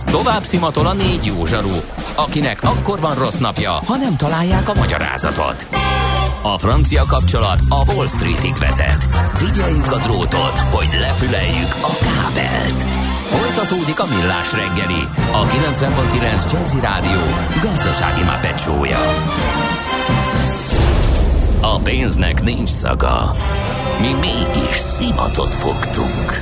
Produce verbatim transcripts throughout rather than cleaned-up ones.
Tovább szimatol a négy jó zsaru, akinek akkor van rossz napja, ha nem találják a magyarázatot. A francia kapcsolat a Wall Streetig vezet. Figyeljük a drótot, hogy lefüleljük a kábelt. Folytatódik a Millás reggeli, a kilencven pont kilenc Jazzy Rádió gazdasági mápecsója. A pénznek nincs szaga. Mi mégis szimatot fogtunk.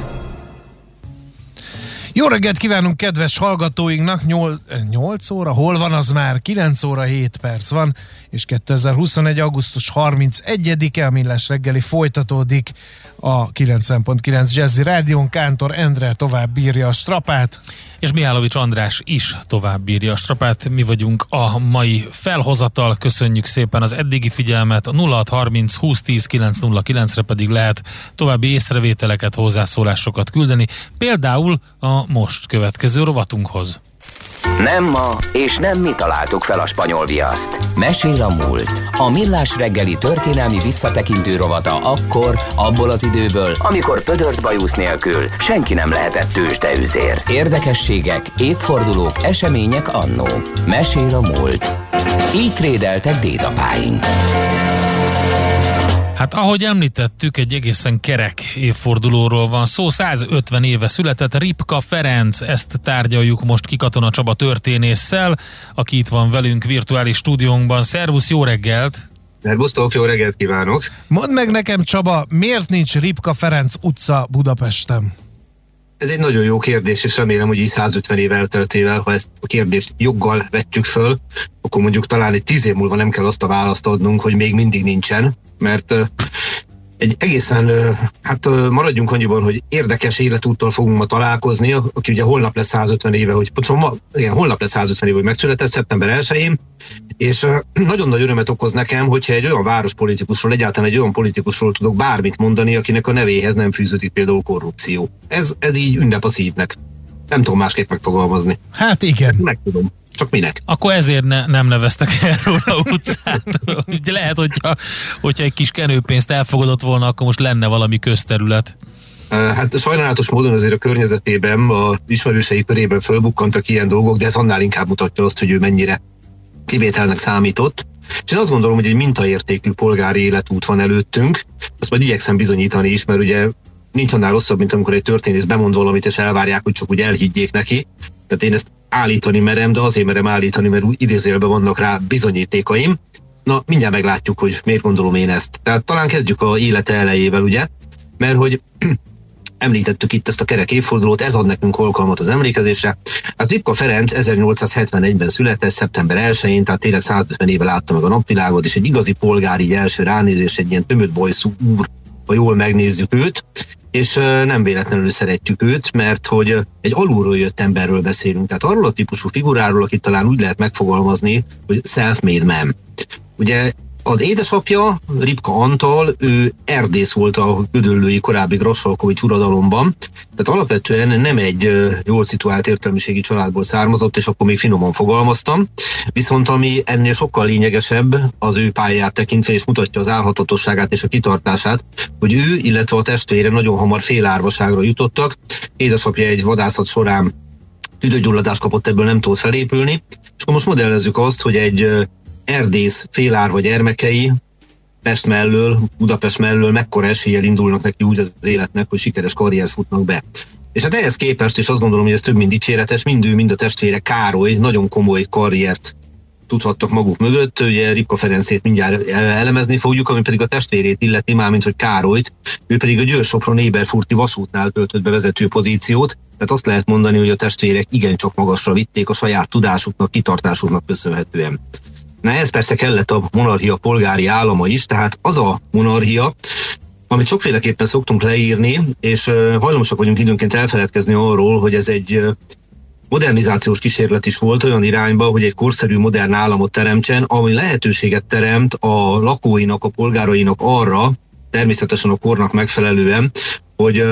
Jó reggelt kívánunk kedves hallgatóinknak, nyolc óra, hol van az már? kilenc óra hét perc van, és kétezer-huszonegy. augusztus harmincegyedike, a Millás reggeli folytatódik a kilencven pont kilenc Jazzy Rádión. Kántor Endre tovább bírja a strapát. És Mihálovics András is tovább bírja a strapát. Mi vagyunk a mai felhozatal, köszönjük szépen az eddigi figyelmet. A nulla hat harminc húsz tíz kilenc nulla kilencre pedig lehet további észrevételeket, hozzászólásokat küldeni, például a most következő rovatunkhoz. Nem ma, és nem mi találtuk fel a spanyol viaszt. Mesél a múlt. A Millás reggeli történelmi visszatekintő rovata akkor, abból az időből, amikor pödört bajusz nélkül senki nem lehetett tőzsdeüzér. Érdekességek, évfordulók, események annó. Mesél a múlt. Így trédeltek dédapáink. Hát ahogy említettük, egy egészen kerek évfordulóról van szó. százötven éve született Ripka Ferenc, ezt tárgyaljuk most ki Katona Csaba történésszel, aki itt van velünk virtuális stúdiónkban. Szervusz, jó reggelt! Szervusztok, jó reggelt kívánok! Mondd meg nekem, Csaba, miért nincs Ripka Ferenc utca Budapesten? Ez egy nagyon jó kérdés, és remélem, hogy így százötven év elteltével, ha ezt a kérdést joggal vetjük föl, akkor mondjuk talán egy tíz év múlva nem kell azt a választ adnunk, hogy még mindig nincsen, mert uh, egy egészen, uh, hát uh, maradjunk annyiban, hogy érdekes életúttal fogunk ma találkozni, aki ugye holnap lesz százötven éve, hogy ma, igen, holnap lesz százötven éve, hogy megszületett, szeptember elsején, és uh, nagyon nagy örömet okoz nekem, hogyha egy olyan várospolitikusról, egyáltalán egy olyan politikusról tudok bármit mondani, akinek a nevéhez nem fűződik például korrupció. Ez, ez így ünnep a szívnek. Nem tudom másképp megfogalmazni. Hát igen. Meg tudom. Csak minek? Akkor ezért ne, nem neveztek erről a utcát. Lehet, hogyha, hogyha egy kis kenőpénzt elfogadott volna, akkor most lenne valami közterület. Hát sajnálatos módon azért a környezetében, a ismerősei körében fölbukkantak ilyen dolgok, de ez annál inkább mutatja azt, hogy ő mennyire kivételnek számított. És én azt gondolom, hogy egy mintaértékű polgári életút van előttünk, azt majd igyekszem bizonyítani is, mert ugye nincs annál rosszabb, mint amikor egy történész bemond valamit, és elvárják, hogy csak úgy elhiggyék neki. Tehát én ezt állítani merem, de azért merem állítani, mert úgy idézőjelben vannak rá bizonyítékaim. Na, mindjárt meglátjuk, hogy miért gondolom én ezt. Tehát talán kezdjük a élete elejével, ugye? Mert hogy említettük itt ezt a kerek évfordulót, ez ad nekünk alkalmat az emlékezésre. Hát Ripka Ferenc ezernyolcszázhetvenegyben született, szeptember elsején, tehát tényleg százötven éve látta meg a napvilágot, és egy igazi polgári első ránézés, egy ilyen tömött bajszú úr, ha jól megnézzük őt, és nem véletlenül szeretjük őt, mert hogy egy alulról jött emberről beszélünk, tehát arról a típusú figuráról, akit talán úgy lehet megfogalmazni, hogy self-made man. Ugye az édesapja, Ripka Antal, ő erdész volt a gödöllői korábbi Grassalkovich uradalomban, tehát alapvetően nem egy jól szituált értelmiségi családból származott, és akkor még finoman fogalmaztam, viszont ami ennél sokkal lényegesebb az ő pályáját tekintve, és mutatja az álhatatosságát és a kitartását, hogy ő, illetve a testvére nagyon hamar félárvaságra jutottak. Édesapja egy vadászat során tüdőgyulladást kapott, ebből nem tudott felépülni, és akkor most modellezzük azt, hogy egy erdész félárva gyermekei Pest mellől, Budapest mellől mekkora eséllyel indulnak neki úgy az életnek, hogy sikeres karriert futnak be. És hát ehhez képest, és azt gondolom, hogy ez több mint dicséretes, mind ő, mind a testvére Károly nagyon komoly karriert tudhattak maguk mögött. Ugye Ripka Ferencét mindjárt elemezni fogjuk, ami pedig a testvérét illeti, mármint hogy Károlyt, ő pedig a Győr-Sopron-Éberfurti vasútnál töltött be vezető pozíciót, tehát azt lehet mondani, hogy a testvérek igencsak magasra vitték a saját tudásuknak, kitartásuknak köszönhetően. Na ez persze kellett a monarchia polgári állama is, tehát az a monarchia, amit sokféleképpen szoktunk leírni, és hajlamosak vagyunk időnként elfeledkezni arról, hogy ez egy modernizációs kísérlet is volt olyan irányba, hogy egy korszerű modern államot teremtsen, ami lehetőséget teremt a lakóinak, a polgárainak arra, természetesen a kornak megfelelően, hogy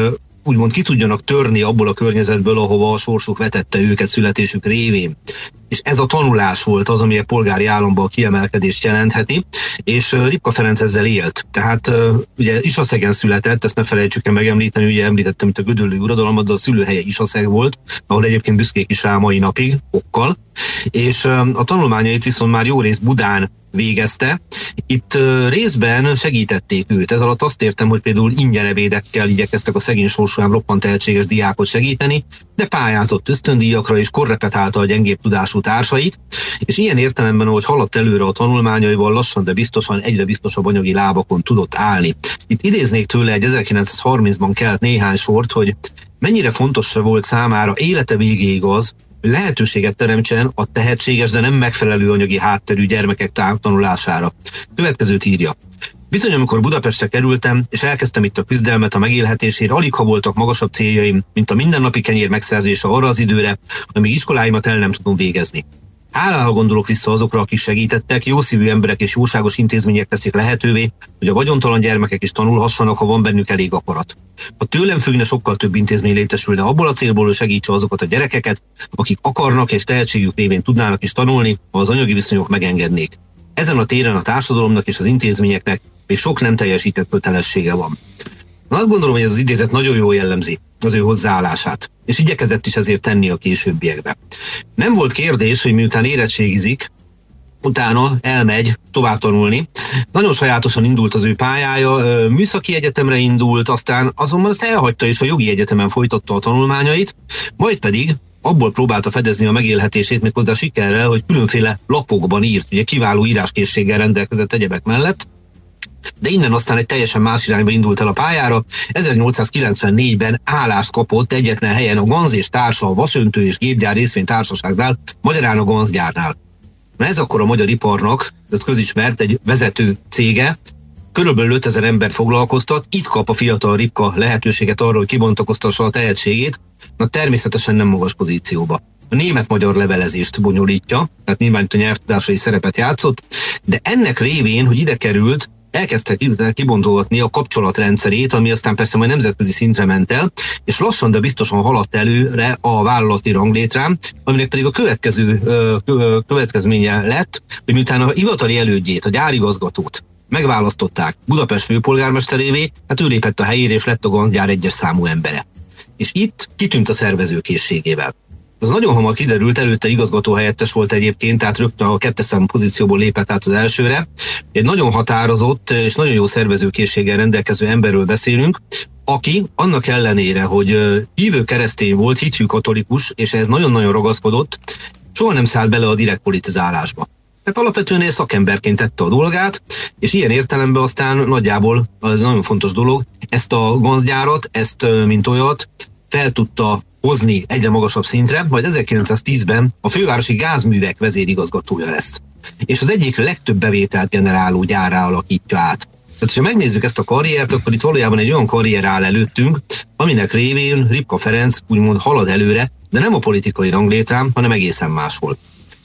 úgymond ki tudjanak törni abból a környezetből, ahova a sorsuk vetette őket születésük révén. És ez a tanulás volt az, ami a polgári államban a kiemelkedést jelentheti, és Ripka Ferenc ezzel élt. Tehát ugye Isaszegen született, ezt ne felejtsük el megemlíteni, ugye említettem itt a gödöllői uradalmat, de a szülőhelye Isaszeg volt, ahol egyébként büszkék is rá mai napig, okkal, és a tanulmányait viszont már jó részt Budán végezte. Itt részben segítették őt. Ez alatt azt értem, hogy például ingyen ebédekkel igyekeztek a szegény sorsúan roppant tehetséges diákot segíteni, de pályázott ösztöndíjakra és korrepetálta a gyengébb tudású társait, és ilyen értelemben, ahogy haladt előre a tanulmányaival, lassan, de biztosan egyre biztosabb anyagi lábakon tudott állni. Itt idéznék tőle egy ezerkilencszázharmincban kelt néhány sort, hogy mennyire fontos volt számára élete végéig az, hogy lehetőséget teremtsen a tehetséges, de nem megfelelő anyagi hátterű gyermekek tanulására. Következőt írja. Bizony, amikor Budapestre kerültem, és elkezdtem itt a küzdelmet a megélhetésére, alig ha voltak magasabb céljaim, mint a mindennapi kenyér megszerzése arra az időre, amíg iskoláimat el nem tudom végezni. Hálával gondolok vissza azokra, akik segítettek, jószívű emberek és jóságos intézmények teszik lehetővé, hogy a vagyontalan gyermekek is tanulhassanak, ha van bennük elég akarat. Ha tőlem függne, sokkal több intézmény létesülne abból a célból, hogy segítse azokat a gyerekeket, akik akarnak és tehetségük révén tudnának is tanulni, ha az anyagi viszonyok megengednék. Ezen a téren a társadalomnak és az intézményeknek még sok nem teljesített kötelessége van. Azt gondolom, hogy ez az idézet nagyon jól jellemzi az ő hozzáállását, és igyekezett is ezért tenni a későbbiekbe. Nem volt kérdés, hogy miután érettségizik, utána elmegy tovább tanulni. Nagyon sajátosan indult az ő pályája, műszaki egyetemre indult, aztán azonban azt elhagyta, és a jogi egyetemen folytatta a tanulmányait, majd pedig abból próbálta fedezni a megélhetését, méghozzá sikerrel, hogy különféle lapokban írt, ugye kiváló íráskészséggel rendelkezett egyebek mellett, de innen aztán egy teljesen más irányba indult el a pályára. ezernyolcszázkilencvennégyben állást kapott egyetlen helyen a Ganz és Társa, a vasöntő és gépgyár részvénytársaságnál, magyarán a Ganz gyárnál. Na ez akkor a magyar iparnak, ez közismert, egy vezető cége, körülbelül ötezer embert foglalkoztat, itt kap a fiatal Ripka lehetőséget arra, hogy kibontakoztassa a tehetségét, na természetesen nem magas pozícióba. A német-magyar levelezést bonyolítja, tehát nyilván itt a nyelvtudásai szerepet játszott, de ennek révén, hogy ide került, elkezdte kibontolgatni a kapcsolatrendszerét, ami aztán persze majd nemzetközi szintre ment el, és lassan, de biztosan haladt előre a vállalati ranglétrán, aminek pedig a következő ö, következménye lett, hogy miután a hivatali elődjét, a gyárigazgatót megválasztották Budapest főpolgármesterévé, hát ő lépett a helyére, és lett a Ganz gyár egyes számú embere. És itt kitűnt a szervezőkészségével. Ez nagyon hamar kiderült, előtte igazgatóhelyettes volt egyébként, tehát rögtön a kettes számú pozícióból lépett át az elsőre. Egy nagyon határozott és nagyon jó szervezőkészséggel rendelkező emberről beszélünk, aki annak ellenére, hogy hívő keresztény volt, hithű katolikus, és ez nagyon-nagyon ragaszkodott, soha nem szállt bele a direkt politizálásba. Tehát alapvetően egy szakemberként tette a dolgát, és ilyen értelemben aztán nagyjából, az nagyon fontos dolog, ezt a Ganz gyárat, ezt mint olyat fel tudta hozni egyre magasabb szintre, majd ezerkilencszáztízben a fővárosi gázművek vezérigazgatója lesz. És az egyik legtöbb bevételt generáló gyárrá alakítja át. Tehát, ha megnézzük ezt a karriert, akkor itt valójában egy olyan karrier áll előttünk, aminek révén Ripka Ferenc úgymond halad előre, de nem a politikai ranglétrán, hanem egészen máshol.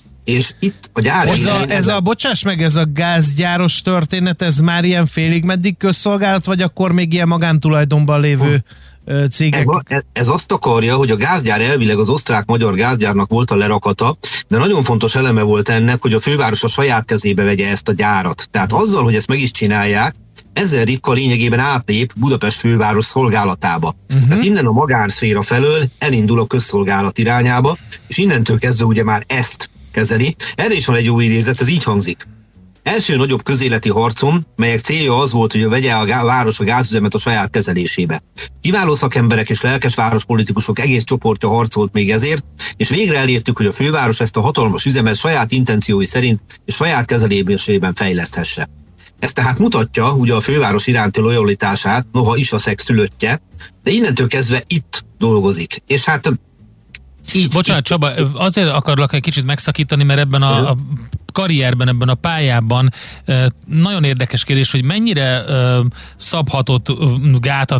És itt a gyár... Ez a, ez a, bocsáss meg, ez a gázgyáros történet, ez már ilyen félig meddig közszolgálat, vagy akkor még ilyen magántulajdonban lévő cégek? Ez, ez azt akarja, hogy a gázgyár elvileg az osztrák-magyar gázgyárnak volt a lerakata, de nagyon fontos eleme volt ennek, hogy a főváros a saját kezébe vegye ezt a gyárat. Tehát azzal, hogy ezt meg is csinálják, ezzel Ripka lényegében átlép Budapest főváros szolgálatába. Uh-huh. Tehát innen a magánszféra felől elindul a közszolgálat irányába, és innentől kezdve ugye már ezt kezeli. Erre is van egy jó idézet, ez így hangzik. Első nagyobb közéleti harcom, melyek célja az volt, hogy vegye a város a gázüzemet a saját kezelésébe. Kiváló szakemberek és lelkes várospolitikusok egész csoportja harcolt még ezért, és végre elértük, hogy a főváros ezt a hatalmas üzemet saját intenciói szerint és saját kezelésében fejleszthesse. Ez tehát mutatja ugye a főváros iránti lojalitását, noha is a szex szülöttje, de innentől kezdve itt dolgozik. És hát így, Bocsánat, így, Csaba, azért akarlak egy kicsit megszakítani, mert ebben a, a karrierben, ebben a pályában nagyon érdekes kérdés, hogy mennyire szabhatott gátat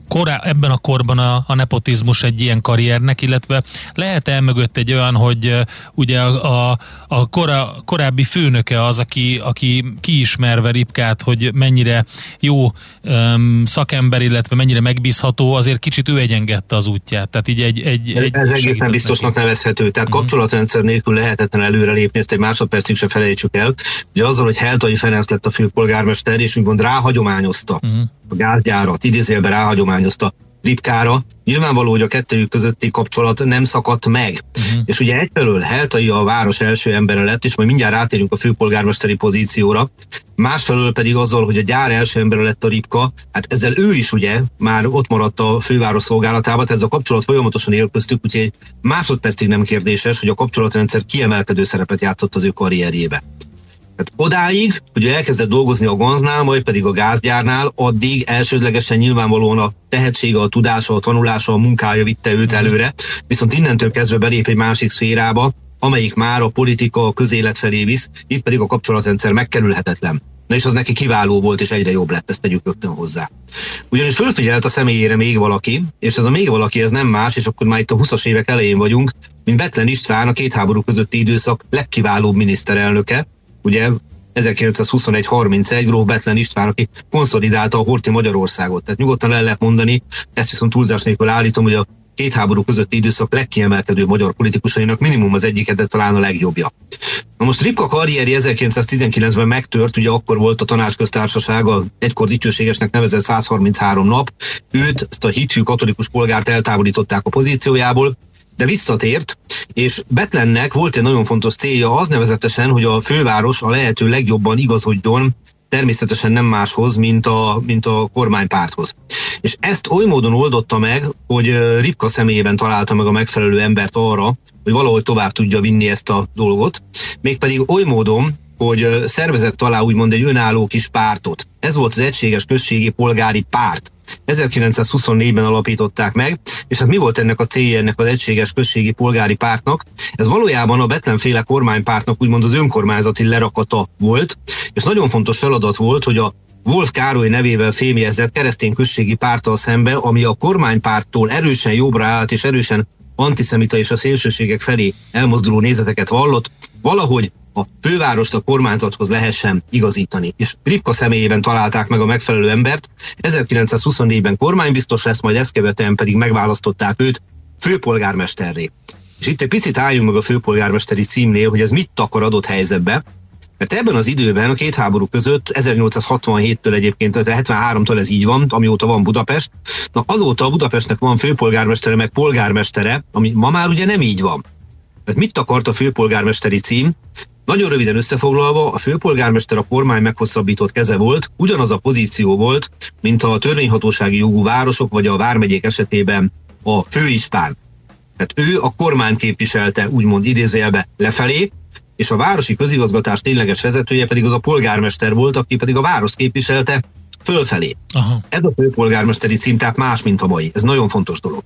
korá, ebben a korban a, a nepotizmus egy ilyen karriernek, illetve lehet el mögött egy olyan, hogy uh, ugye a, a, a kora, korábbi főnöke az, aki, aki kiismerve Ripkát, hogy mennyire jó um, szakember, illetve mennyire megbízható, azért kicsit ő egyengedte az útját. Tehát így egy, egy, egy ez egészen biztosnak neki nevezhető. Tehát uh-huh. kapcsolatrendszer nélkül lehetetlen előrelépni, ezt egy másodpercig se felejtsük el. Ugye azzal, hogy Heltai Ferenc lett a főpolgármester, és úgymond ráhagyományozta uh-huh. a gázgyárat, idézőjelben ráhagyományozta Ripkára, nyilvánvaló, hogy a kettőjük közötti kapcsolat nem szakadt meg. Uh-huh. És ugye egyfelől Heltai a város első embere lett, és majd mindjárt rátérünk a főpolgármesteri pozícióra, másfelől pedig azzal, hogy a gyár első embere lett a Ripka, hát ezzel ő is ugye már ott maradt a főváros szolgálatában, tehát ez a kapcsolat folyamatosan él köztük, úgyhogy másodpercig nem kérdéses, hogy a kapcsolatrendszer kiemelkedő szerepet játszott az ő karrierjébe. Tehát odáig, hogy elkezdett dolgozni a Gonznál, majd pedig a gázgyárnál, addig elsődlegesen nyilvánvalóan a tehetsége, a tudása, a tanulása, a munkája vitte őt előre, viszont innentől kezdve belép egy másik szférába, amelyik már a politika, a közélet felé visz, itt pedig a kapcsolatrendszer megkerülhetetlen. Na és az neki kiváló volt, és egyre jobb lett, ezt tegyük rögtön hozzá. Ugyanis fölfigyelt a személyére még valaki, és ez a még valaki, ez nem más, és akkor már itt a huszas évek elején vagyunk, mint Bethlen István, a két háború közötti időszak legkiválóbb miniszterelnöke, ugye ezerkilencszázhuszonegy harmincegy Gróf Bethlen István, aki konszolidálta a horthy Magyarországot. Tehát nyugodtan el lehet mondani, ezt viszont túlzás nélkül állítom, hogy a két háború közötti időszak legkiemelkedő magyar politikusainak minimum az egyike, de talán a legjobbja. Na most Ripka karrierje ezerkilencszáztizenkilencben megtört, ugye akkor volt a Tanácsköztársaság, a egykor dicsőségesnek nevezett száz harminchárom nap, őt, ezt a hithű katolikus polgárt eltávolították a pozíciójából, de visszatért, és Bethlennek volt egy nagyon fontos célja, az nevezetesen, hogy a főváros a lehető legjobban igazodjon természetesen nem máshoz, mint a, mint a kormánypárthoz. És ezt oly módon oldotta meg, hogy Ripka személyében találta meg a megfelelő embert arra, hogy valahogy tovább tudja vinni ezt a dolgot, mégpedig oly módon, hogy szervezett alá úgymond egy önálló kis pártot. Ez volt az Egységes Községi Polgári Párt. ezerkilencszázhuszonnégyben alapították meg, és hát mi volt ennek a célja ennek az Egységes Községi Polgári Pártnak? Ez valójában a Bethlen-féle kormánypártnak úgymond az önkormányzati lerakata volt, és nagyon fontos feladat volt, hogy a Wolf Károly nevével fémjezett keresztény községi párttal szembe, ami a kormánypárttól erősen jobbra állt és erősen antiszemita és a szélsőségek felé elmozduló nézeteket vallott, valahogy a fővárost a kormányzathoz lehessen igazítani. És Ripka személyében találták meg a megfelelő embert, ezerkilencszázhuszonnégyben kormánybiztos lesz, majd ezt követően pedig megválasztották őt főpolgármesterré. És itt egy picit álljunk meg a főpolgármesteri címnél, hogy ez mit takar adott helyzetbe, mert ebben az időben, a két háború között, ezernyolcszázhatvanhéttől egyébként, hetvenháromtól ez így van, amióta van Budapest, na azóta a Budapestnek van főpolgármestere, meg polgármestere, ami ma már ugye nem így van. Tehát mit akart a főpolgármesteri cím? Nagyon röviden összefoglalva, a főpolgármester a kormány meghosszabbított keze volt, ugyanaz a pozíció volt, mint a törvényhatósági jogú városok vagy a vármegyék esetében a főispán. Tehát ő a kormány képviselte, úgymond idézőjelbe lefelé, és a városi közigazgatás tényleges vezetője pedig az a polgármester volt, aki pedig a várost képviselte fölfelé. Aha. Ez a főpolgármesteri cím, tehát más, mint a mai. Ez nagyon fontos dolog.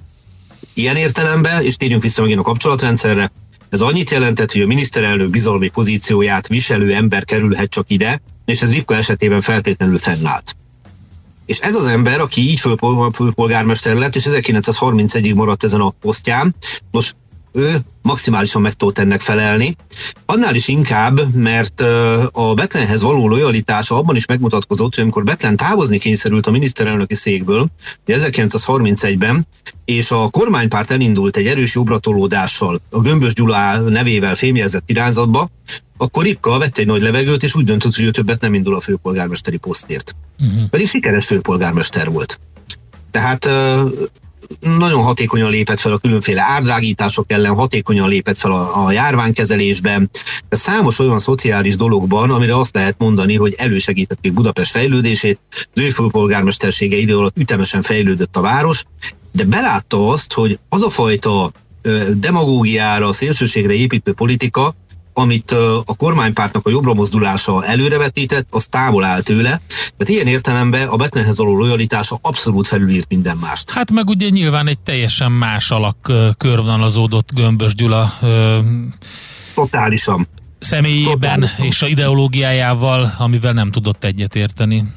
Ilyen értelemben, és térjünk vissza megint a kapcsolatrendszerre, ez annyit jelentett, hogy a miniszterelnök bizalmi pozícióját viselő ember kerülhet csak ide, és ez Ripka esetében feltétlenül fennállt. És ez az ember, aki így főpolgármester lett, és ezerkilencszázharmincegyig maradt ezen a posztján, most ő maximálisan meg tudott ennek felelni. Annál is inkább, mert a Bethlenhez való lojalitása abban is megmutatkozott, hogy amikor Bethlen távozni kényszerült a miniszterelnöki székből, ezerkilencszázharmincegyben, és a kormánypárt elindult egy erős jobbratolódással, a Gömbös Gyula nevével fémjelzett irányzatba, akkor Ripka vett egy nagy levegőt, és úgy döntött, hogy ő többet nem indul a főpolgármesteri posztért. Uh-huh. Pedig sikeres főpolgármester volt. Tehát nagyon hatékonyan lépett fel a különféle árdrágítások ellen, hatékonyan lépett fel a, a járványkezelésben, de számos olyan szociális dologban, amire azt lehet mondani, hogy elősegítették Budapest fejlődését, az ő főpolgármestersége idő alatt ütemesen fejlődött a város, de belátta azt, hogy az a fajta ö, demagógiára, szélsőségre építő politika, amit a kormánypártnak a jobbra mozdulása előrevetített, az távol áll tőle. Tehát ilyen értelemben a Bethlenhez való lojalitása abszolút felülírt minden mást. Hát meg ugye nyilván egy teljesen más alak körvonalazódott Gömbös Gyula Totálisan. személyében Totálisan. És a ideológiájával, amivel nem tudott egyetérteni.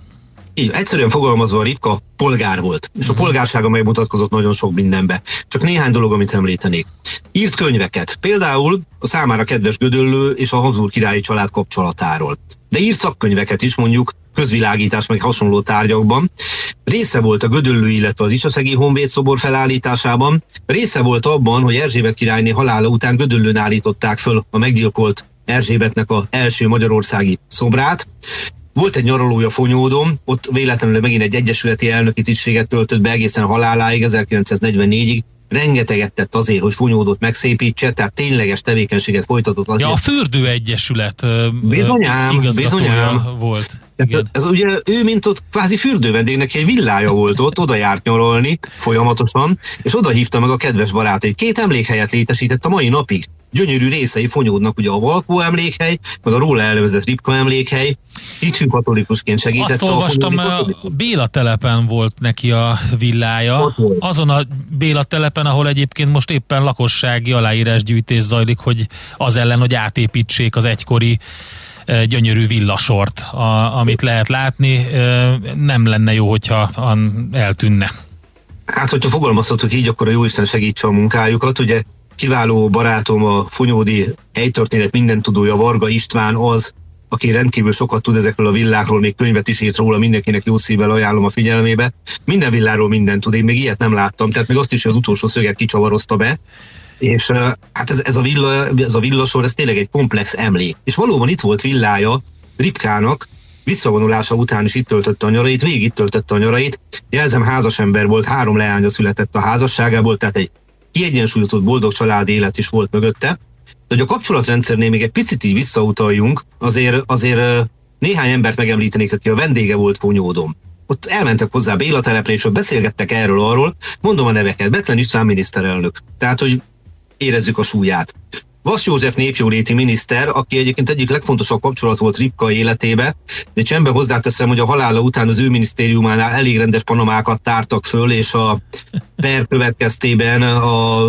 Így, egyszerűen fogalmazva a Ripka polgár volt, és a polgársága megmutatkozott nagyon sok mindenbe. Csak néhány dolog, amit említenék. Írt könyveket, például a számára kedves Gödöllő és a Habsburg királyi család kapcsolatáról. De írt szakkönyveket is, mondjuk közvilágítás meg hasonló tárgyakban. Része volt a Gödöllő, illetve az Isaszegi Honvéd szobor felállításában. Része volt abban, hogy Erzsébet királyné halála után Gödöllőn állították föl a meggyilkolt Erzsébetnek az első magyarországi szobrát. Volt egy nyaralója Fonyódon, ott véletlenül megint egy egyesületi elnöki tisztséget töltött be egészen haláláig, ezerkilencszáznegyvennégyig. Rengeteget tett azért, hogy Fonyódot megszépítse, tehát tényleges tevékenységet folytatott azért. Ja, a Fürdő Egyesület bizonyám, igazgatója bizonyám. volt. Igen. Ez ugye ő, mint ott kvázi fürdővendégnek egy villája volt ott, oda járt nyaralni folyamatosan, és oda hívta meg a kedves barátait. Két emlékhelyet létesített a mai napig. Gyönyörű részei Fonyódnak, ugye a Valkó emlékhely, meg a róla elnevezett Ripka emlékhely. Hithű katolikusként segítette. Azt olvastam, a Béla telepen volt neki a villája. Azon a Béla telepen, ahol egyébként most éppen lakossági aláírásgyűjtés zajlik, hogy az ellen, hogy átépítsék az egykori gyönyörű villasort, a, amit lehet látni. Nem lenne jó, hogyha eltűnne. Hát, hogyha fogalmazhatok így, akkor a Jóisten segítse a munkájukat. Ugye kiváló barátom, a fonyódi helytörténet mindentudója Varga István az, aki rendkívül sokat tud ezekről a villákról, még könyvet is írt róla, mindenkinek jó szívvel ajánlom a figyelmébe. Minden villáról mindent tud, én még ilyet nem láttam, tehát még azt is, hogy az utolsó szöget kicsavarozta be, és hát ez, ez, a villa, ez a villasor, ez tényleg egy komplex emlék. És valóban itt volt villája Ripkának, visszavonulása után is itt töltötte a nyarait, végig itt töltötte a nyarait. Jelzem, házas ember volt, három leánya született a házasságából, tehát egy kiegyensúlyozott boldog családi élet is volt mögötte. De hogy a kapcsolatrendszernél még egy picit így visszautaljunk, azért, azért néhány embert megemlítenék, aki a vendége volt Fonyódon. Ott elmentek hozzá Béla telepre, és ott beszélgettek erről arról, mondom a neveket, Bethlen István miniszterelnök. Tehát, hogy érezzük a súlyát. Vass József népjóléti miniszter, aki egyébként egyik legfontosabb kapcsolat volt Ripka életébe, de csembe hozzáteszem, hogy a halála után az ő minisztériumánál elég rendes panomákat tártak föl, és a per következtében a,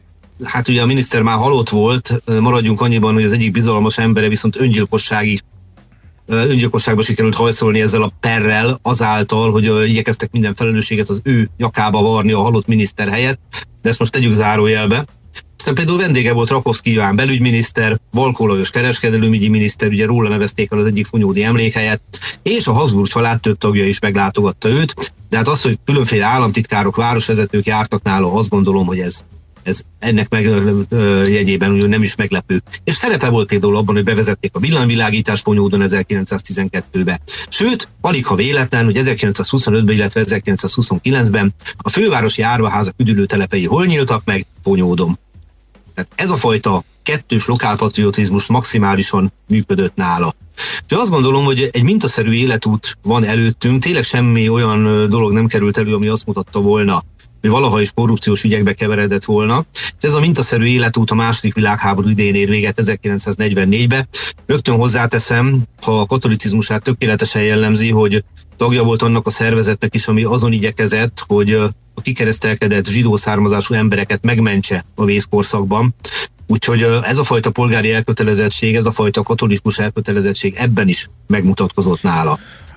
hát ugye a miniszter már halott volt, maradjunk annyiban, hogy az egyik bizalmas embere viszont öngyilkossági öngyilkosságba sikerült hajszolni ezzel a perrel azáltal, hogy igyekeztek minden felelősséget az ő nyakába varni a halott miniszter helyett, de ezt most tegyük zárójelbe. Aztán például vendége volt Rakovszky Iván belügyminiszter, Valkó Lajos kereskedelőügyi miniszter, ugye róla nevezték el az egyik fonyódi emlékhelyet, és a Habsburg család több tagja is meglátogatta őt, de hát az, hogy különféle államtitkárok, városvezetők jártak nála, azt gondolom, hogy ez, ez ennek meg ö, jegyében ugye nem is meglepő. És szerepe volt például abban, hogy bevezették a villanyvilágítást Fonyódon ezerkilencszáztizenkettőben. Sőt, alig ha véletlen, hogy ezerkilencszázhuszonötben, illetve ezerkilencszázhuszonkilencben a fővárosi árvaházak üdülőtelepei hol nyíltak meg? Fonyódon. Tehát ez a fajta kettős lokálpatriotizmus maximálisan működött nála. De azt gondolom, hogy egy mintaszerű életút van előttünk, tényleg semmi olyan dolog nem került elő, ami azt mutatta volna, hogy valaha is korrupciós ügyekbe keveredett volna. Ez a mintaszerű életút a második világháború idején ér véget ezerkilencszáznegyvennégyben. Rögtön hozzáteszem, ha a katolicizmusát tökéletesen jellemzi, hogy tagja volt annak a szervezetnek is, ami azon igyekezett, hogy a kikeresztelkedett zsidó származású embereket megmentse a vészkorszakban. Úgyhogy ez a fajta polgári elkötelezettség, ez a fajta katolikus elkötelezettség ebben is megmutatkozott nála.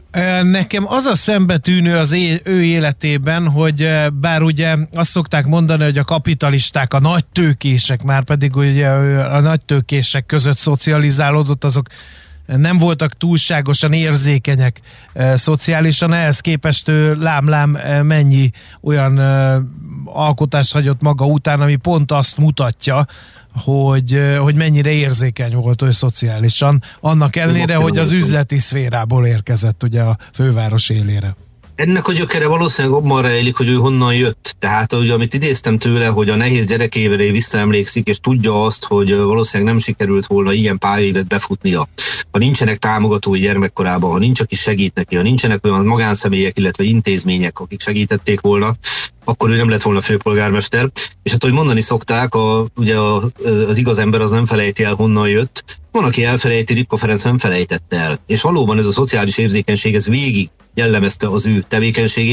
Nekem az a szembetűnő az é- ő életében, hogy bár ugye azt szokták mondani, hogy a kapitalisták, a nagy tőkések, már pedig ugye a nagy tőkések között szocializálódott, azok nem voltak túlságosan érzékenyek e, szociálisan, ehhez képest ő lám-lám e, mennyi olyan e, alkotást hagyott maga után, ami pont azt mutatja, hogy, e, hogy mennyire érzékeny volt ő szociálisan, annak ellenére, hogy az üzleti szférából érkezett ugye a főváros élére. Ennek a gyökere valószínűleg abban rejlik, hogy ő honnan jött. Tehát, ugye, amit idéztem tőle, hogy a nehéz gyerekévére visszaemlékszik, és tudja azt, hogy valószínűleg nem sikerült volna ilyen pályaévet befutnia. Ha nincsenek támogatói gyermekkorában, ha nincs, aki segít neki, ha nincsenek olyan magánszemélyek, illetve intézmények, akik segítették volna, akkor ő nem lett volna főpolgármester. És hát, hogy mondani szokták, a, ugye a, az igaz ember az nem felejti el, honnan jött. Van, aki elfelejti, Ripka Ferenc nem felejtette el. És valóban ez a szociális érzékenység, ez végig jellemezte az ő tevékenységét.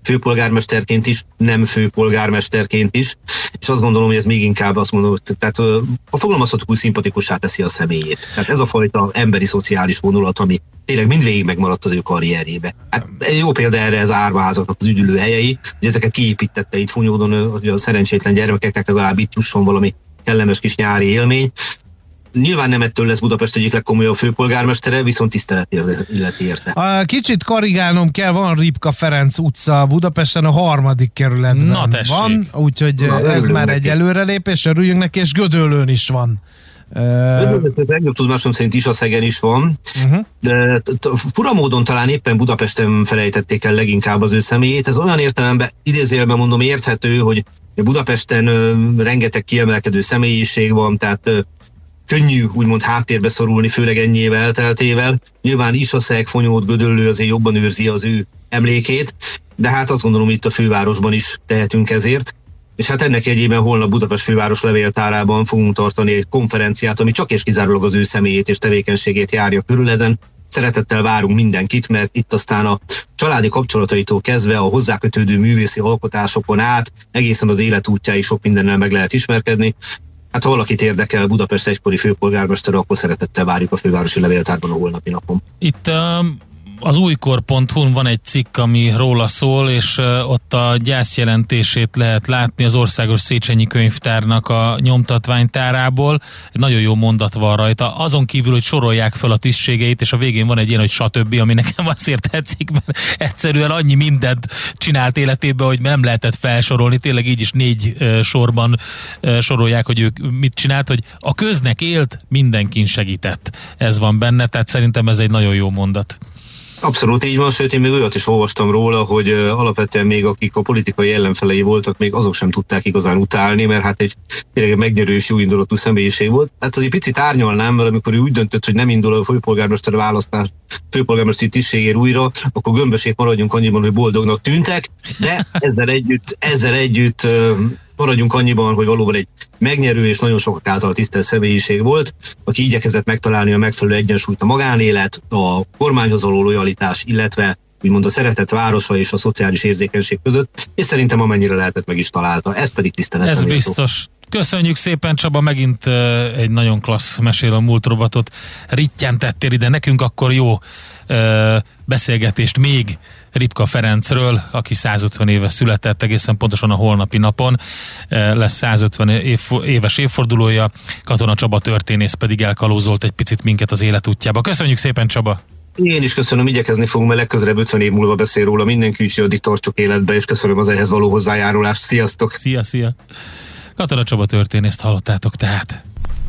főpolgármesterként is, nem főpolgármesterként is, és azt gondolom, hogy ez még inkább azt mondom, tehát a fogalmazhatók úgy szimpatikussá teszi a személyét. Tehát ez a fajta emberi szociális vonulat, ami tényleg mindvégig megmaradt az ő karrierjébe. Hát egy jó példa erre az árvaházaknak az üdülő helyei, hogy ezeket kiépítette itt Funyódon, hogy a szerencsétlen gyermekeknek legalább itt jusson valami kellemes kis nyári élmény. Nyilván nem ettől lesz Budapest egyik legkomolyabb főpolgármestere, viszont tisztelet illeti érte. A kicsit korrigálnom kell, van Ripka Ferenc utca Budapesten, a harmadik kerületben Na, van, úgyhogy Na, ez már neki. Egy előrelépés, örüljünk neki, és Gödöllőn is van. Gödöllőn, legjobb tudomásom szerint Isaszegen is van, uh-huh. de fura módon talán éppen Budapesten felejtették el leginkább az ő személyét. Ez olyan értelemben, idézőjelben mondom, érthető, hogy Budapesten rengeteg kiemelkedő személyiség van, tehát könnyű úgymond háttérbe szorulni, főleg ennyi elteltével. Nyilván Isaszeg, Fonyód, Gödöllő azért jobban őrzi az ő emlékét, de hát azt gondolom, itt a fővárosban is tehetünk ezért. És hát ennek jegyében holnap Budapest főváros levéltárában fogunk tartani egy konferenciát, ami csak és kizárólag az ő személyét és tevékenységét járja körül ezen. Szeretettel várunk mindenkit, mert itt aztán a családi kapcsolataitól kezdve a hozzákötődő művészi alkotásokon át egészen az életútjáig sok mindennel meg lehet ismerkedni. Hát ha valakit érdekel Budapest egykori főpolgármester, akkor szeretettel várjuk a fővárosi levéltárban a holnapi napon. Itt um, az újkor pont hu-n van egy cikk, ami róla szól, és uh, ott a gyászjelentését lehet látni az Országos Széchenyi Könyvtárnak a nyomtatványtárából. Egy nagyon jó mondat van rajta. Azon kívül, hogy sorolják fel a tisztségeit, és a végén van egy ilyen, hogy stb., ami nekem azért tetszik, mert egyszerűen annyi mindent csinált életében, hogy nem lehetett felsorolni. Tényleg így is négy uh, sorban uh, sorolják, hogy ők mit csinált, hogy a köznek élt, mindenkin segített. Ez van benne, tehát szerintem ez egy nagyon jó mondat. Abszolút így van, sőt én még olyat is olvastam róla, hogy uh, alapvetően még akik a politikai ellenfelei voltak, még azok sem tudták igazán utálni, mert hát egy tényleg megnyerő és jó indulatú személyiség volt. Hát az egy picit árnyalnám, mert amikor ő úgy döntött, hogy nem indul a főpolgármester választás, főpolgármesteri tisztségért újra, akkor gömbösék maradjunk annyiban, hogy boldognak tűntek, de ezzel együtt, ezzel együtt uh, maradjunk annyiban, hogy valóban egy megnyerő és nagyon sokak által tisztelt személyiség volt, aki igyekezett megtalálni a megfelelő egyensúlyt a magánélet, a kormányhoz való lojalitás, illetve úgymond a szeretett városa és a szociális érzékenység között, és szerintem amennyire lehetett meg is találta. Ez pedig tisztelet. Ez biztos. Köszönjük szépen, Csaba, megint uh, egy nagyon klassz Mesél a múlt rovatot rittyentettél ide nekünk, akkor jó uh, beszélgetést még Ripka Ferencről, aki százötven éve született, egészen pontosan a holnapi napon lesz százötven év, éves évfordulója. Katona Csaba történész pedig elkalózolt egy picit minket az életútjába. Köszönjük szépen, Csaba! Én is köszönöm, igyekezni fogunk, mert legközelebb ötven év múlva beszél róla mindenki, úgyhogy addig tartsuk életbe, és köszönöm az ehhez való hozzájárulást. Sziasztok! Szia, szia! Katona Csaba történészt hallottátok tehát.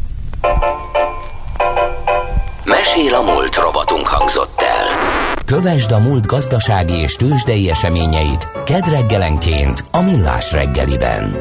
Mesél a múlt rovatunk hangzott el. Kövesd a múlt gazdasági és tőzsdei eseményeit kedd reggelenként a Millás reggeliben.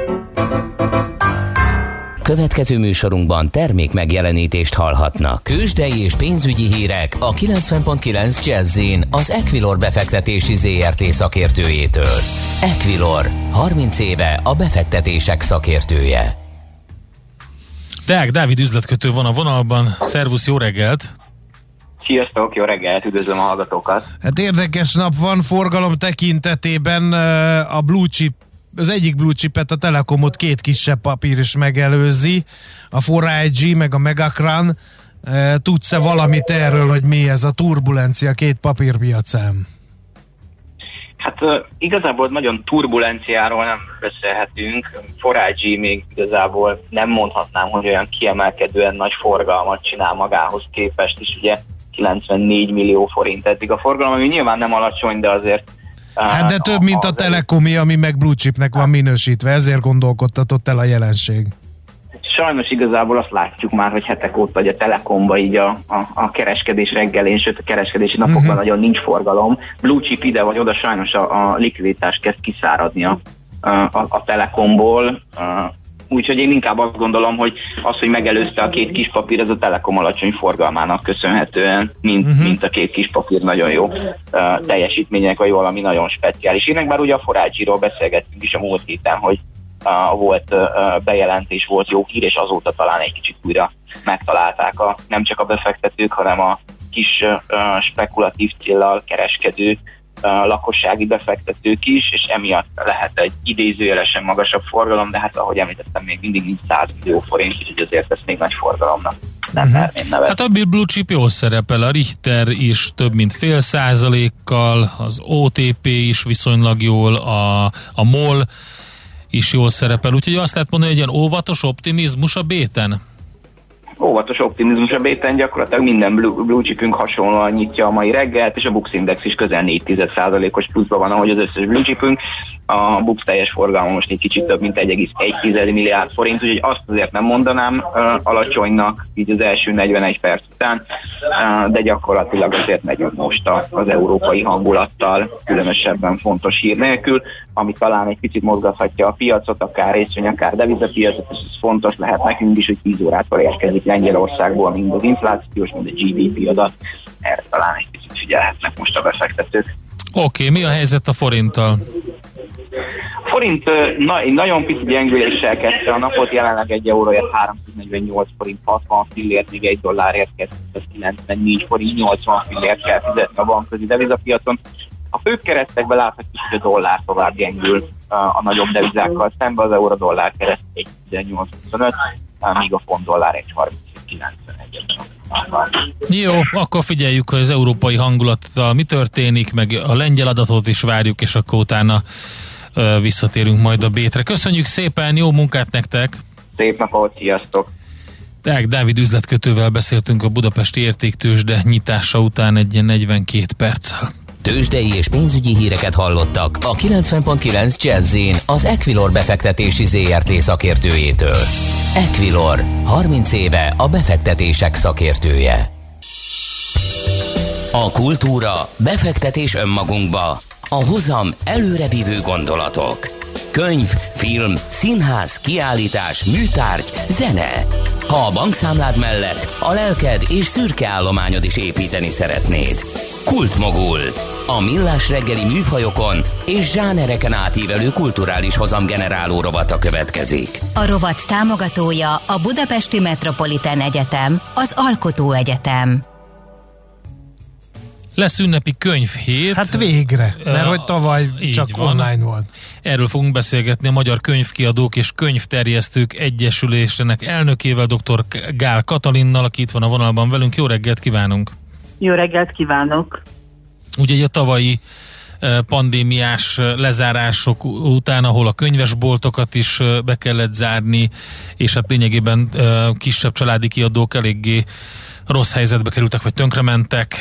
Következő műsorunkban termék megjelenítést hallhatnak. Tőzsdei és pénzügyi hírek a kilencven pont kilenc Jazz-in az Equilor befektetési zé er té szakértőjétől. Equilor, harminc éve a befektetések szakértője. Deák Dávid üzletkötő van a vonalban. Szervusz, jó reggelt! Sziasztok, jó reggelt, üdvözlöm a hallgatókat! Hát érdekes nap van forgalom tekintetében, a blue chip, az egyik blue chipet, a Telekomot két kisebb papír is megelőzi, a négy I G meg a Megacran. Tudsz-e valamit erről, hogy mi ez a turbulencia két papírpiacán? Hát uh, igazából nagyon turbulenciáról nem beszélhetünk. négy I G még igazából nem mondhatnám, hogy olyan kiemelkedően nagy forgalmat csinál magához képest is, ugye kilencvennégy millió forint eddig a forgalom, ami nyilván nem alacsony, de azért... Uh, hát de több, mint a, a Telekomi, ami meg blue chipnek van minősítve, ezért gondolkodtatott el a jelenség. Sajnos igazából azt látjuk már, hogy hetek óta hogy a Telekomba így a, a, a kereskedés reggelén, sőt a kereskedési napokban uh-huh. nagyon nincs forgalom. Blue chip ide vagy oda sajnos a, a likviditás kezd kiszáradni a, a, a Telekomból. Úgyhogy én inkább azt gondolom, hogy az, hogy megelőzte a két kis papír, ez a Telekom alacsony forgalmának köszönhetően, mint, uh-huh. mint a két kis papír nagyon jó uh, teljesítmények, vagy valami nagyon speciális. Én bár ugye a négy I G-ról beszélgettünk is a múlt héten, hogy Uh, volt uh, bejelentés, volt jó hír, és azóta talán egy kicsit újra megtalálták a, nem csak a befektetők, hanem a kis uh, spekulatív céllal kereskedők lakossági befektetők is, és emiatt lehet egy idézőjelesen magasabb forgalom, de hát ahogy említettem, még mindig nincs száz millió forint, úgyhogy azért ezt még nagy forgalomnak nem uh-huh. merném nevet. Hát a Blue Chip jól szerepel, a Richter is több mint fél százalékkal, az o té pé is viszonylag jól, a, a MOL is jól szerepel, úgyhogy azt lehet mondani, hogy egy ilyen óvatos optimizmus a béten? Óvatos optimizmus a béten, gyakorlatilag minden blue, blue chipünk hasonlóan nyitja a mai reggelt, és a Bux Index is közel négy százalékos pluszban van, ahogy az összes blue chipünk. A Bux teljes forgalma most egy kicsit több, mint egy egész egy milliárd forint, úgyhogy azt azért nem mondanám uh, alacsonynak, így az első negyvenegy perc után, uh, de gyakorlatilag azért megyünk most az európai hangulattal, különösebben fontos hír nélkül, ami talán egy picit mozgathatja a piacot, akár részvény, akár devizapiacot, és ez fontos lehet nekünk is, hogy tíz órától érkezik Lengyelországból mind az inflációs, mind a gé dé pé adat, erre talán egy picit figyelhetnek most a befektetők. Oké, okay, mi a helyzet a forinttal? A forint na, nagyon pici gyengüléssel kezdte a napot, jelenleg egy euróért háromszáznegyvennyolc forint hatvan fillért, még egy dollárért kétszázkilencvennégy forint nyolcvan fillért kell fizetni a bankközi devizapiacon. A főbb keresztekben láthatjuk, hogy a dollár tovább gyengül a nagyobb devizákkal szemben, az euró-dollár kereszt egy tizennyolc huszonöt, míg a font dollár egy harminc kilencvenegy. Jó, akkor figyeljük, hogy az európai hangulattal mi történik, meg a lengyel adatot is várjuk, és akkor utána ö, visszatérünk majd a bétre. Köszönjük szépen, jó munkát nektek! Szép napot, sziasztok! Deák Dávid üzletkötővel beszéltünk a budapesti értéktőzsde nyitása után egy ilyen negyvenkét perccel. Tőzsdei és pénzügyi híreket hallottak a kilencven pont kilenc Jazz-in az Equilor befektetési zé er té szakértőjétől. Equilor, harminc éve a befektetések szakértője. A kultúra, befektetés önmagunkba, a hozam előrevívő gondolatok. Könyv, film, színház, kiállítás, műtárgy, zene. Ha a bankszámlád mellett a lelked és szürke állományod is építeni szeretnéd. Kultmogul. A millás reggeli műfajokon és zsánereken átívelő kulturális hozamgeneráló rovata következik. A rovat támogatója a Budapesti Metropolitán Egyetem, az Alkotó Egyetem. Lesz ünnepi könyvhét. Hát végre, mert hogy tavaly csak van. Online volt. Erről fogunk beszélgetni a Magyar Könyvkiadók és Könyvterjesztők Egyesülésének elnökével, dr. Gál Katalinnal, aki itt van a vonalban velünk. Jó reggelt kívánunk! Jó reggelt kívánok! Ugye a tavalyi pandémiás lezárások után, ahol a könyvesboltokat is be kellett zárni, és hát lényegében kisebb családi kiadók eléggé rossz helyzetbe kerültek, vagy tönkrementek,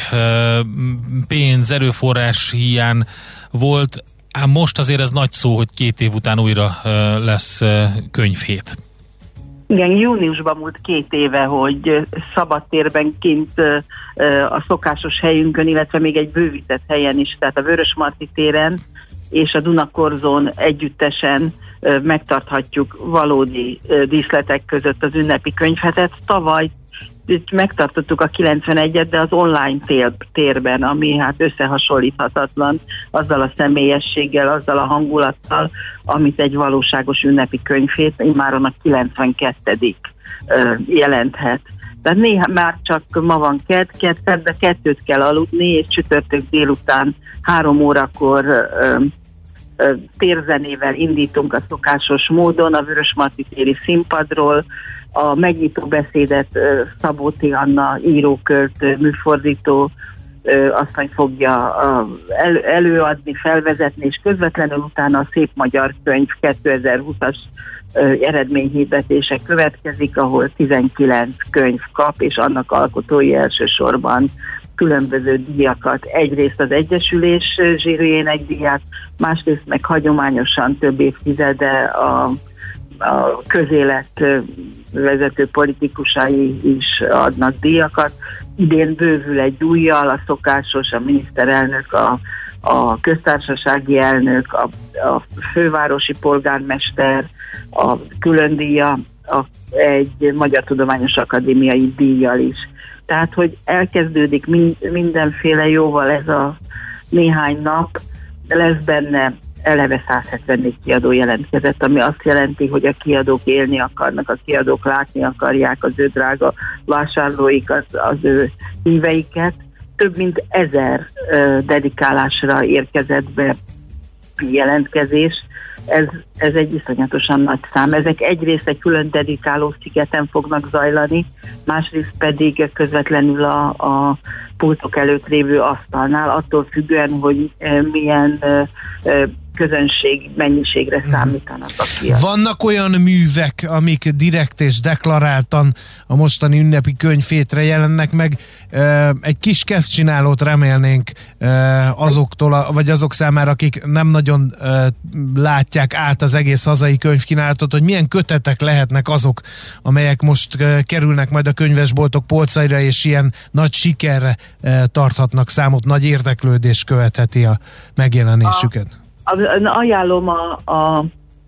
pénz, erőforrás hiány volt, ám most azért ez nagy szó, hogy két év után újra lesz könyvhét. Igen, júniusban múlt két éve, hogy szabadtérben kint a szokásos helyünkön, illetve még egy bővített helyen is, tehát a Vörösmarty téren és a Dunakorzón együttesen megtarthatjuk valódi díszletek között az ünnepi könyvhetet. Tavaly megtartottuk a kilencvenegyet, de az online tér, térben, ami hát összehasonlíthatatlan azzal a személyességgel, azzal a hangulattal, amit egy valóságos ünnepi könyvhét immáron a kilencvenkettedik jelenthet. Tehát néha már csak ma van kedd, kedd, de kettőt kell aludni, és csütörtök délután három órakor ö, ö, térzenével indítunk a szokásos módon a Vörösmarty téri színpadról. A megnyitó beszédet Szabó T. Anna írókölt, műfordító asszony fogja el, előadni, felvezetni, és közvetlenül utána a Szép Magyar Könyv kétezer-húszas eredményhirdetése következik, ahol tizenkilenc könyv kap, és annak alkotói elsősorban különböző díjakat. Egyrészt az Egyesülés zsűriének díját, másrészt meg hagyományosan több évtizede a a közélet vezető politikusai is adnak díjakat. Idén bővül egy újjal, a szokásos, a miniszterelnök, a, a köztársasági elnök, a, a fővárosi polgármester, a külön díja, a, egy Magyar Tudományos Akadémiai díjjal is. Tehát, hogy elkezdődik min, mindenféle jóval ez a néhány nap, lesz benne eleve száz hetvennégy kiadó jelentkezett, ami azt jelenti, hogy a kiadók élni akarnak, a kiadók látni akarják az ő drága vásárlóik, az, az ő híveiket. több mint ezer dedikálásra érkezett be jelentkezés. Ez, ez egy iszonyatosan nagy szám. Ezek egyrészt egy külön dedikáló szigeten fognak zajlani, másrészt pedig közvetlenül a, a pultok előtt lévő asztalnál, attól függően, hogy milyen közönség mennyiségre számítanak a kiadók. Vannak olyan művek, amik direkt és deklaráltan a mostani ünnepi könyvhétre jelennek meg. Egy kis kezdcsinálót remélnénk azoktól, vagy azok számára, akik nem nagyon látják át az egész hazai könyvkínálatot, hogy milyen kötetek lehetnek azok, amelyek most kerülnek majd a könyvesboltok polcaira, és ilyen nagy sikerre tarthatnak számot, nagy érdeklődés követheti a megjelenésüket. A Ajánlom a, a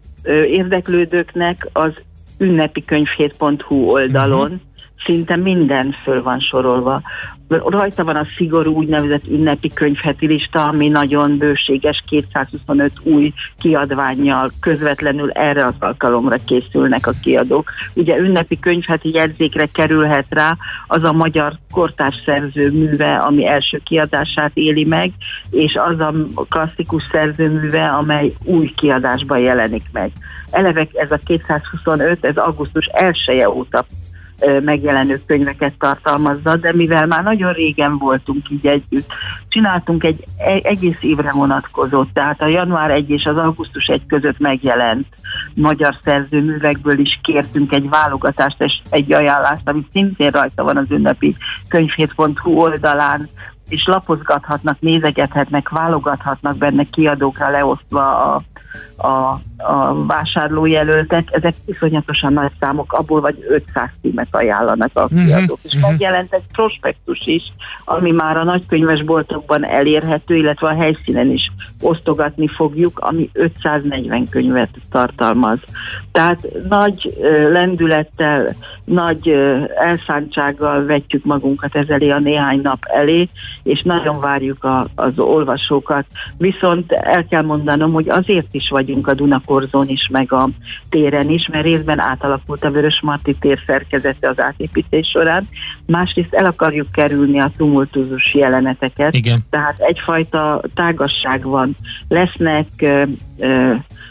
érdeklődőknek az ünnepikönyvhét pont hu oldalon, uh-huh. szinte minden föl van sorolva. Rajta van a szigorú úgynevezett ünnepi könyvheti lista, ami nagyon bőséges, kétszázhuszonöt új kiadvánnyal közvetlenül erre az alkalomra készülnek a kiadók. Ugye ünnepi könyvheti jegyzékre kerülhet rá az a magyar kortárs szerző műve, ami első kiadását éli meg, és az a klasszikus szerzőműve, amely új kiadásban jelenik meg. Eleve ez a kétszázhuszonöt, ez augusztus elseje óta megjelenő könyveket tartalmazza, de mivel már nagyon régen voltunk így együtt, csináltunk egy egész évre vonatkozott, tehát a január elseje és az augusztus elsejé között megjelent magyar szerzőművekből is kértünk egy válogatást és egy ajánlást, ami szintén rajta van az ünnepi könyvhét pont hu oldalán, és lapozgathatnak, nézegethetnek, válogathatnak benne kiadókra leosztva a A, a vásárlójelöltek, ezek iszonyatosan nagy számok, abból vagy ötszáz címet ajánlanak a kiadók. Uh-huh. És megjelent egy prospektus is, ami már a nagykönyvesboltokban elérhető, illetve a helyszínen is osztogatni fogjuk, ami ötszáznegyven könyvet tartalmaz. Tehát nagy uh, lendülettel, nagy uh, elszántsággal vetjük magunkat ez elé a néhány nap elé, és nagyon várjuk a, az olvasókat. Viszont el kell mondanom, hogy azért is vagyunk a Dunakorzón is, meg a téren is, mert részben átalakult a Vörösmarty tér szerkezete az átépítés során, másrészt el akarjuk kerülni a tumultuzus jeleneteket. Igen. Tehát egyfajta tágasság van. Lesznek ö, ö,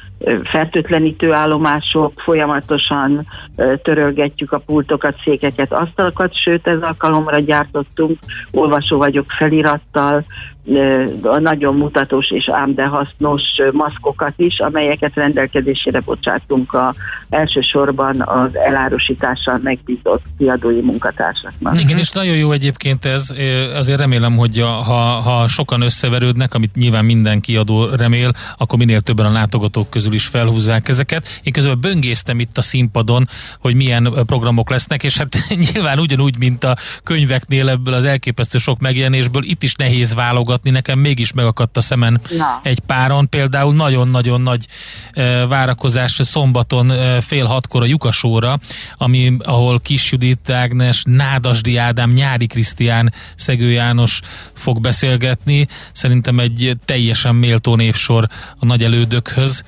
fertőtlenítő állomások, folyamatosan ö, törölgetjük a pultokat, székeket, asztalokat, sőt ez alkalomra gyártottunk olvasó vagyok felirattal, ö, nagyon mutatós és ám de hasznos maszkokat is, amelyeket rendelkezésére bocsátunk a, elsősorban az elárusítással megbízott kiadói munkatársaknak. Igen, és nagyon jó egyébként ez, azért remélem, hogy a, ha, ha sokan összeverődnek, amit nyilván minden kiadó remél, akkor minél többen a látogatók közül is felhúzzák ezeket. Én közben böngésztem itt a színpadon, hogy milyen programok lesznek, és hát nyilván ugyanúgy, mint a könyveknél ebből az elképesztő sok megjelenésből, itt is nehéz válogatni, nekem mégis megakadt a szemen Na. egy páron, például nagyon-nagyon nagy e, várakozás szombaton e, fél hatkor a Lyukasóra, ami, ahol Kis Judit Ágnes, Nádasdy Ádám, Nyári Krisztián, Szegő János fog beszélgetni. Szerintem egy teljesen méltó névsor a nagy elődökhöz.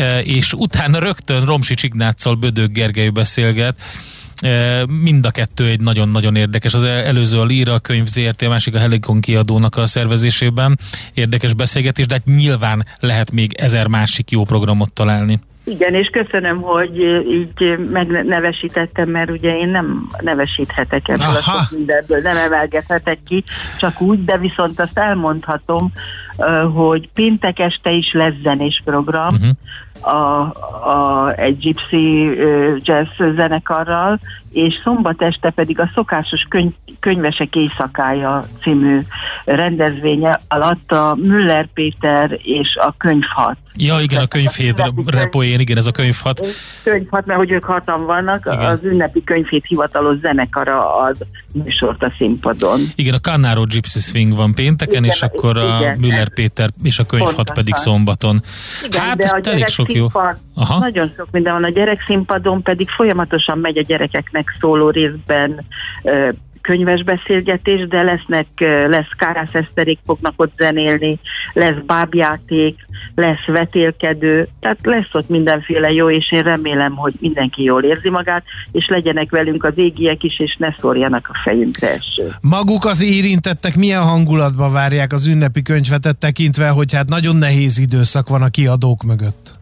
És utána rögtön Romsics Ignáccal Bödög Gergely beszélget. Mind a kettő egy nagyon-nagyon érdekes. Az előző a Líra könyv zé er té, a másik a Helikon kiadónak a szervezésében érdekes beszélgetés, de hát nyilván lehet még ezer másik jó programot találni. Igen, és köszönöm, hogy így megnevesítettem, mert ugye én nem nevesíthetek ebből Aha. a sok mindenből, nem emelgethetek ki, csak úgy, de viszont azt elmondhatom, hogy péntek este is lesz zenés program, uh-huh. a, a, egy gypsy jazz zenekarral, és szombat este pedig a szokásos könyv, könyvesek éjszakája című rendezvénye alatt a Müller Péter és a Könyvhat. Ja, igen, a könyvhét repoén, igen, ez a könyvhat. Könyvhat, mert hogy ők hatan vannak, igen. Az ünnepi könyvhét hivatalos zenekara az műsort a színpadon. Igen, a Cannaro Gypsy Swing van pénteken, igen, és akkor a igen, Müller Péter és a könyvhat pontosan. Pedig szombaton. Igen, hát ez elég sok jó. Aha. Nagyon sok minden van. A gyerekszínpadon pedig folyamatosan megy a gyerekeknek szóló részben könyves beszélgetés, de lesznek, lesz Kárász Eszterék fognak ott zenélni, lesz bábjáték, lesz vetélkedő, tehát lesz ott mindenféle jó, és én remélem, hogy mindenki jól érzi magát, és legyenek velünk az égiek is, és ne szórjanak a fejünkre eső. Maguk az érintettek milyen hangulatban várják az ünnepi könyvetet tekintve, hogy hát nagyon nehéz időszak van a kiadók mögött?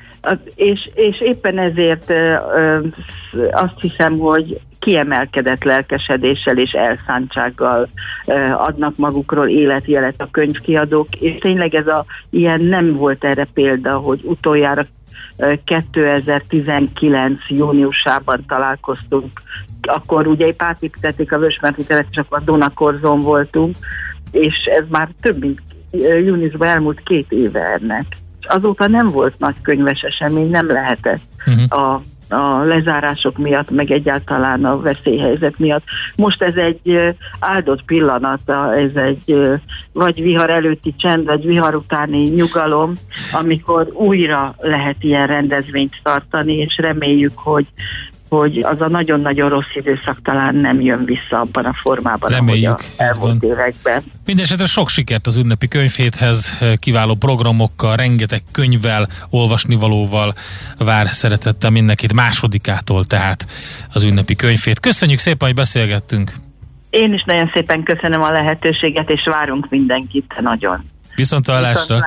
És, és éppen ezért ö, ö, azt hiszem, hogy kiemelkedett lelkesedéssel és elszántsággal ö, adnak magukról életjelet a könyvkiadók, és tényleg ez a ilyen nem volt erre példa, hogy utoljára ö, kétezer-tizenkilenc júniusában találkoztunk, akkor ugye épp átépítették a Vörösmarty teret, és akkor a Dunakorzón voltunk, és ez már több mint júniusban elmúlt két éve ennek. Azóta nem volt nagy könyves esemény, nem lehetett uh-huh. a, a lezárások miatt, meg egyáltalán a veszélyhelyzet miatt. Most ez egy áldott pillanat, ez egy vagy vihar előtti csend, vagy vihar utáni nyugalom, amikor újra lehet ilyen rendezvényt tartani, és reméljük, hogy hogy az a nagyon-nagyon rossz időszak talán nem jön vissza abban a formában, reméljük, ahogy a elmúlt években. Mindenesetre sok sikert az ünnepi könyvhéthez, kiváló programokkal, rengeteg könyvvel, olvasnivalóval vár szeretettel mindenkit másodikától, tehát az ünnepi könyvhét. Köszönjük szépen, hogy beszélgettünk! Én is nagyon szépen köszönöm a lehetőséget, és várunk mindenkit nagyon. Viszontlátásra!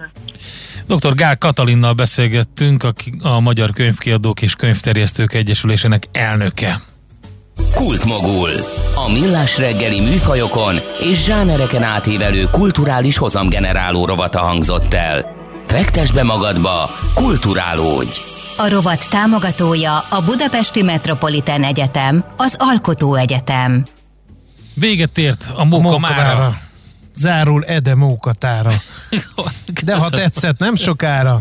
doktor Gál Katalinnal beszélgettünk, aki a Magyar Könyvkiadók és Könyvterjesztők Egyesülésének elnöke. Kultmogul. A millás reggeli műfajokon és zsánereken átívelő kulturális hozamgeneráló rovata hangzott el. Fektess be magadba, kulturálódj! A rovat támogatója a Budapesti Metropolitán Egyetem, az Alkotó Egyetem. Véget ért a móka mára. Zárul Ede mókatára. De ha tetszett, nem sokára.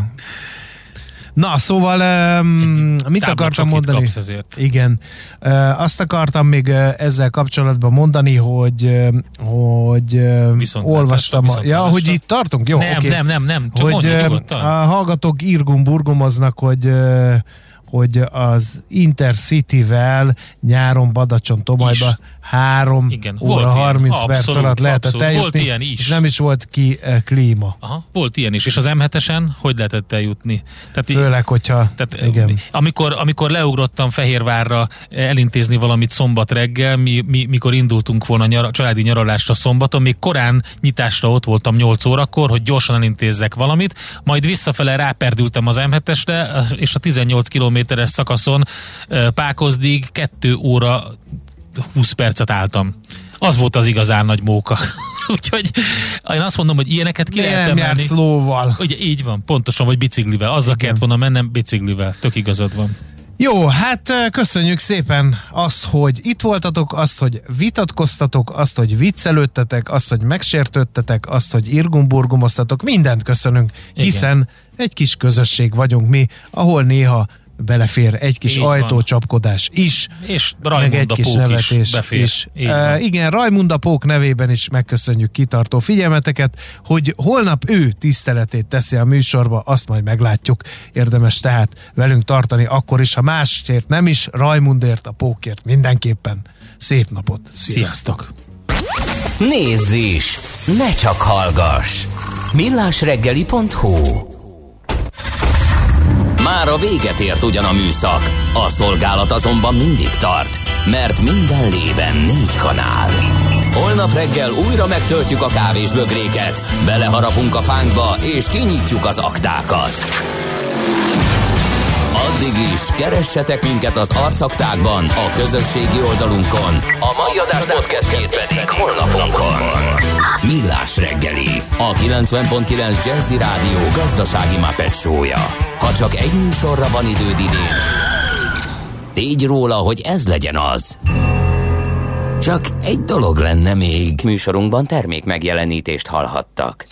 Na, szóval um, mit akartam mondani? Igen. Uh, azt akartam még uh, ezzel kapcsolatban mondani, hogy uh, hogy uh, olvastam. A, ja, hogy itt tartunk? Jó, nem, okay. nem, nem, nem. Csak hogy uh, a hallgatók irgum-burgumoznak, hogy uh, hogy az Intercity-vel nyáron Badacsony-Tomajba három igen, óra harminc ilyen, perc alatt lehetett eljutni. Volt ilyen is. És nem is volt ki uh, klíma. Aha, volt ilyen is. És az em hetesen hogy lehetett eljutni? Tehát Főleg, hogyha... Tehát, igen. Amikor, amikor leugrottam Fehérvárra elintézni valamit szombat reggel, mi, mi, mikor indultunk volna nyara, családi nyaralásra szombaton, még korán nyitásra ott voltam nyolc órakor, hogy gyorsan elintézzek valamit, majd visszafele ráperdültem az em hetesre, és a tizennyolc kilométeres szakaszon Pákozdig kettő óra húsz percet álltam. Az volt az igazán nagy móka. Úgyhogy én azt mondom, hogy ilyeneket ki lehet emelni. Nem jársz lóval. Ugye így van, pontosan, vagy biciklivel. Azzal kellett volna mennem biciklivel. Tök igazad van. Jó, hát köszönjük szépen azt, hogy itt voltatok, azt, hogy vitatkoztatok, azt, hogy viccelődtetek, azt, hogy megsértődtetek, azt, hogy irgumburgumoztatok. Mindent köszönünk, hiszen igen. Egy kis közösség vagyunk mi, ahol néha belefér egy kis ajtócsapkodás is, és Rajmunda Pók is befér. Is. Uh, igen, Rajmunda Pók nevében is megköszönjük kitartó figyelmeteket, hogy holnap ő tiszteletét teszi a műsorba, azt majd meglátjuk. Érdemes tehát velünk tartani akkor is, ha másért nem is, Rajmundért, a Pókért mindenképpen. Szép napot! Sziasztok! Nézz is! Ne csak hallgass! millásreggeli pont hu Már a véget ért ugyan a műszak, a szolgálat azonban mindig tart, mert minden lében négy kanál. Holnap reggel újra megtöltjük a kávésbögréket, beleharapunk a fánkba és kinyitjuk az aktákat. Addig is keressetek minket az arcaktákban, a közösségi oldalunkon, a mai adás podcastjét pedig honlapunkon. Millás reggeli, a kilencven pont kilenc Jazzy Rádió gazdasági Muppet show-ja. Ha csak egy műsorra van időd idén, tégy róla, hogy ez legyen az. Csak egy dolog lenne még. Műsorunkban termék megjelenítést hallhattak.